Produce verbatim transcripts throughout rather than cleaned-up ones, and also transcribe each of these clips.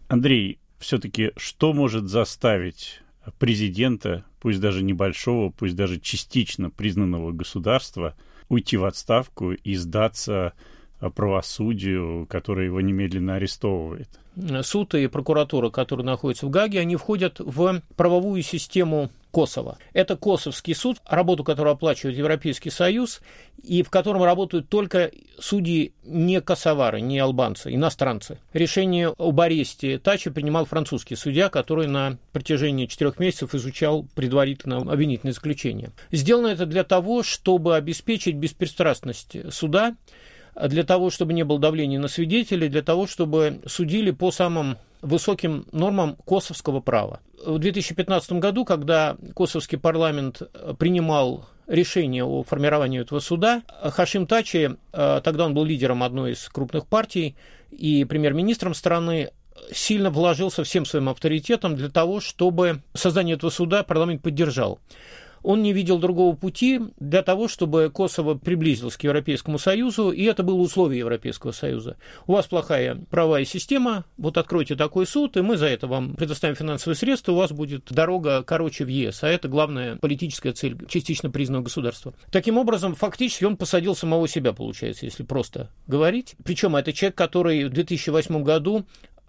Андрей, все-таки что может заставить президента, пусть даже небольшого, пусть даже частично признанного государства, уйти в отставку и сдаться правосудию, которое его немедленно арестовывает? Суд и прокуратура, которые находятся в Гааге, они входят в правовую систему Косово. Это Косовский суд, работу которого оплачивает Европейский Союз, и в котором работают только судьи не косовары, не албанцы, иностранцы. Решение об аресте Тачи принимал французский судья, который на протяжении четырех месяцев изучал предварительно обвинительное заключение. Сделано это для того, чтобы обеспечить беспристрастность суда, для того, чтобы не было давления на свидетелей, для того, чтобы судили по самым высоким нормам косовского права. В две тысячи пятнадцатом году, когда косовский парламент принимал решение о формировании этого суда, Хашим Тачи, тогда он был лидером одной из крупных партий и премьер-министром страны, сильно вложился всем своим авторитетом для того, чтобы создание этого суда парламент поддержал. Он не видел другого пути для того, чтобы Косово приблизилось к Европейскому Союзу, и это было условие Европейского Союза. У вас плохая правовая система, вот откройте такой суд, и мы за это вам предоставим финансовые средства, у вас будет дорога короче в ЕС, а это главная политическая цель частично признанного государства. Таким образом, фактически он посадил самого себя, получается, если просто говорить. Причем это человек, который в две тысячи восьмом году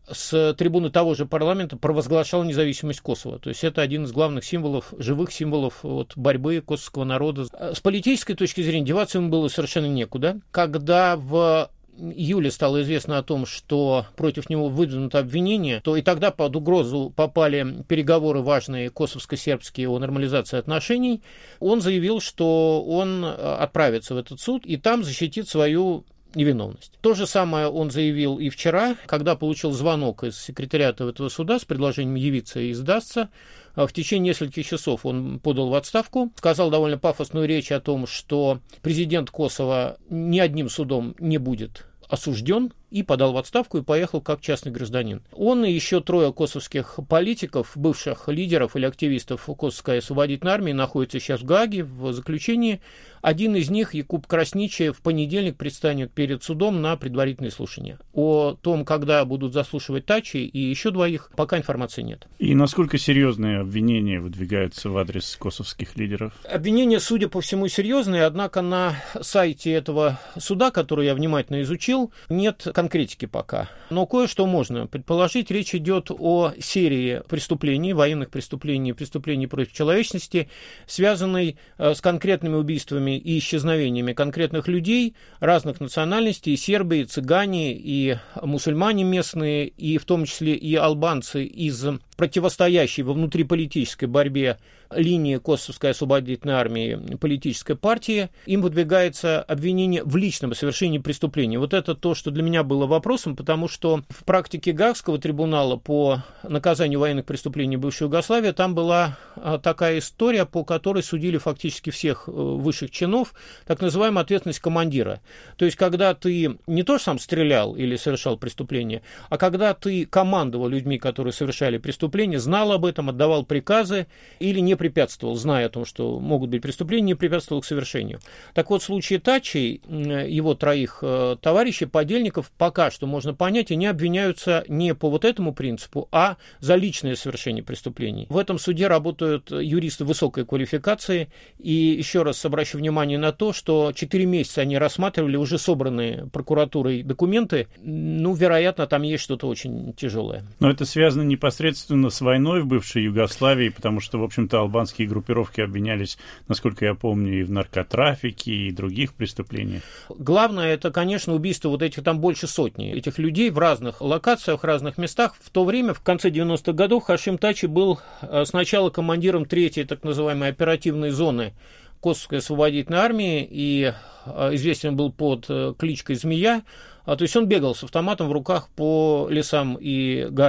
с трибуны того же парламента провозглашал независимость Косово. То есть это один из главных символов, живых символов вот, борьбы косовского народа. С политической точки зрения деваться ему было совершенно некуда. Когда в июле стало известно о том, что против него выдвинуто обвинение, то и тогда под угрозу попали переговоры важные косовско-сербские о нормализации отношений. Он заявил, что он отправится в этот суд и там защитит свою невиновность. То же самое он заявил и вчера, когда получил звонок из секретариата этого суда с предложением явиться и сдаться. В течение нескольких часов он подал в отставку, сказал довольно пафосную речь о том, что президент Косово ни одним судом не будет осужден, и подал в отставку и поехал как частный гражданин. Он и еще трое косовских политиков, бывших лидеров или активистов Косовской освободительной армии, находятся сейчас в Гааге в заключении. Один из них, Якуб Красничи, в понедельник предстанет перед судом на предварительные слушания. О том, когда будут заслушивать Тачи и еще двоих, пока информации нет. И насколько серьезные обвинения выдвигаются в адрес косовских лидеров? Обвинения, судя по всему, серьезные, однако на сайте этого суда, который я внимательно изучил, нет конкретики пока. Но кое-что можно предположить. Речь идет о серии преступлений, военных преступлений, преступлений против человечности, связанной с конкретными убийствами и исчезновениями конкретных людей разных национальностей, и сербы, и цыгане, и мусульмане местные, и в том числе и албанцы из противостоящей во внутриполитической борьбе линии Косовской освободительной армии политической партии, им выдвигается обвинение в личном совершении преступления. Вот это то, что для меня было вопросом, потому что в практике Гаагского трибунала по наказанию военных преступлений бывшей Югославии там была такая история, по которой судили фактически всех высших чинов, так называемая ответственность командира. То есть, когда ты не то сам стрелял или совершал преступление, а когда ты командовал людьми, которые совершали преступление, знал об этом, отдавал приказы или не препятствовал, зная о том, что могут быть преступления, не препятствовал к совершению. Так вот, в случае Тачи, его троих товарищей, подельников, пока что можно понять, они обвиняются не по вот этому принципу, а за личное совершение преступлений. В этом суде работают юристы высокой квалификации, и еще раз обращу внимание на то, что четыре месяца они рассматривали уже собранные прокуратурой документы, ну, вероятно, там есть что-то очень тяжелое. Но это связано непосредственно с войной в бывшей Югославии, потому что, в общем-то, албанские группировки обвинялись, насколько я помню, и в наркотрафике, и других преступлениях. Главное, это, конечно, убийство вот этих, там больше сотни этих людей в разных локациях, в разных местах. В то время, в конце девяностых годов, Хашим Тачи был сначала командиром третьей, так называемой, оперативной зоны Косовской освободительной армии, и известен был под кличкой «Змея». То есть он бегал с автоматом в руках по лесам и горам.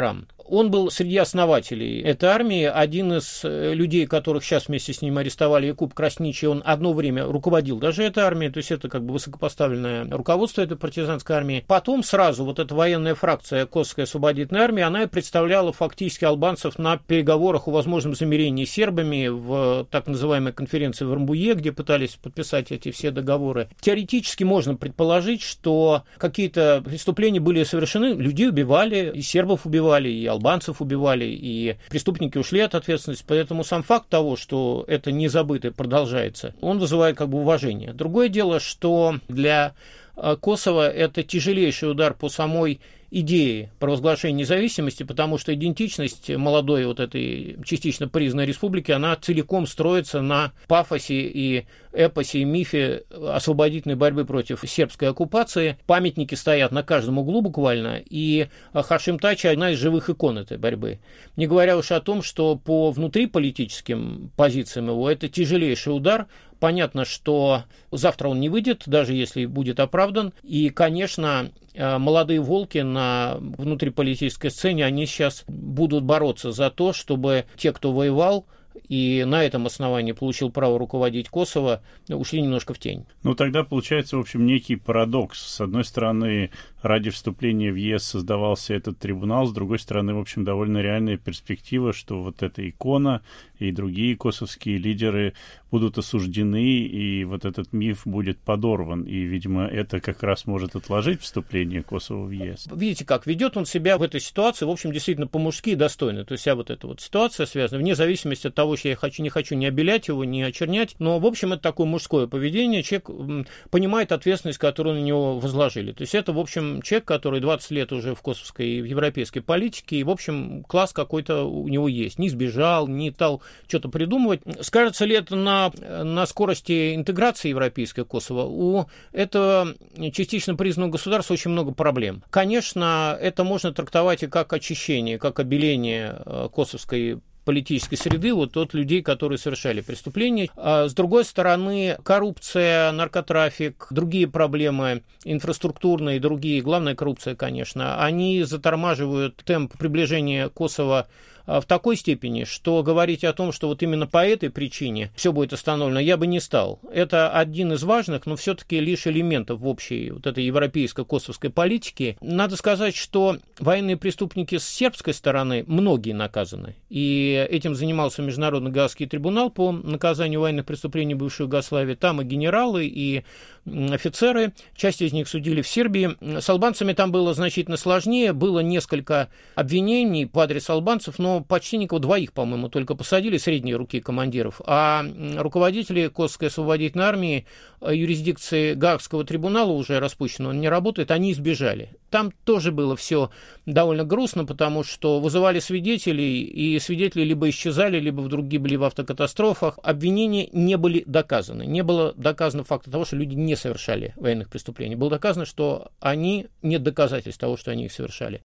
он был среди основателей этой армии. Один из людей, которых сейчас вместе с ним арестовали, Якуб Красничий, он одно время руководил даже этой армией, то есть это как бы высокопоставленное руководство этой партизанской армии. Потом сразу вот эта военная фракция Косовской освободительной армии, она и представляла фактически албанцев на переговорах о возможном замирении с сербами в так называемой конференции в Рамбуе, где пытались подписать эти все договоры. Теоретически можно предположить, что какие-то преступления были совершены, людей убивали, и сербов убивали, и албанцев убивали, и преступники ушли от ответственности, поэтому сам факт того, что это не забыто и продолжается, он вызывает как бы уважение. Другое дело, что для Косово это тяжелейший удар по самой идеи провозглашения независимости, потому что идентичность молодой вот этой частично признанной республики, она целиком строится на пафосе и эпосе и мифе освободительной борьбы против сербской оккупации. Памятники стоят на каждом углу буквально, и Хашим Тачи одна из живых икон этой борьбы. Не говоря уж о том, что по внутриполитическим позициям его это тяжелейший удар. Понятно, что завтра он не выйдет, даже если будет оправдан. И, конечно, молодые волки на внутриполитической сцене, они сейчас будут бороться за то, чтобы те, кто воевал, и на этом основании получил право руководить Косово, ушли немножко в тень. Ну, тогда получается, в общем, некий парадокс. С одной стороны, ради вступления в ЕС создавался этот трибунал, с другой стороны, в общем, довольно реальная перспектива, что вот эта икона и другие косовские лидеры будут осуждены, и вот этот миф будет подорван. И, видимо, это как раз может отложить вступление Косово в ЕС. Видите как, ведет он себя в этой ситуации, в общем, действительно по-мужски и достойно. То есть вся вот эта вот ситуация связана, вне зависимости от того, что я хочу, не хочу не обелять его, не очернять, но, в общем, это такое мужское поведение. Человек понимает ответственность, которую на него возложили. То есть это, в общем, человек, который двадцать лет уже в косовской и в европейской политике, и, в общем, класс какой-то у него есть. Не сбежал, не стал что-то придумывать. Скажется ли это на, на скорости интеграции европейской Косово? У этого частично признанного государства очень много проблем. Конечно, это можно трактовать и как очищение, как обеление косовской политической среды вот от людей, которые совершали преступления. А с другой стороны, коррупция, наркотрафик, другие проблемы инфраструктурные, другие, главная коррупция, конечно, они затормаживают темп приближения Косово в такой степени, что говорить о том, что вот именно по этой причине все будет остановлено, я бы не стал. Это один из важных, но все-таки лишь элементов в общей вот этой европейско-косовской политике. Надо сказать, что военные преступники с сербской стороны многие наказаны. И этим занимался Международный Гаагский трибунал по наказанию военных преступлений бывшей Югославии. Там и генералы, и офицеры. Часть из них судили в Сербии. С албанцами там было значительно сложнее. Было несколько обвинений в адрес албанцев, но почти никого, двоих, по-моему, только посадили, средней руки командиров. А руководители Косовской освободительной армии, юрисдикции Гаагского трибунала уже распущено, он не работает, они избежали. Там тоже было все довольно грустно, потому что вызывали свидетелей, и свидетели либо исчезали, либо вдруг гибли в автокатастрофах. Обвинения не были доказаны. Не было доказано факта того, что люди не совершали военных преступлений. Было доказано, что они нет доказательств того, что они их совершали.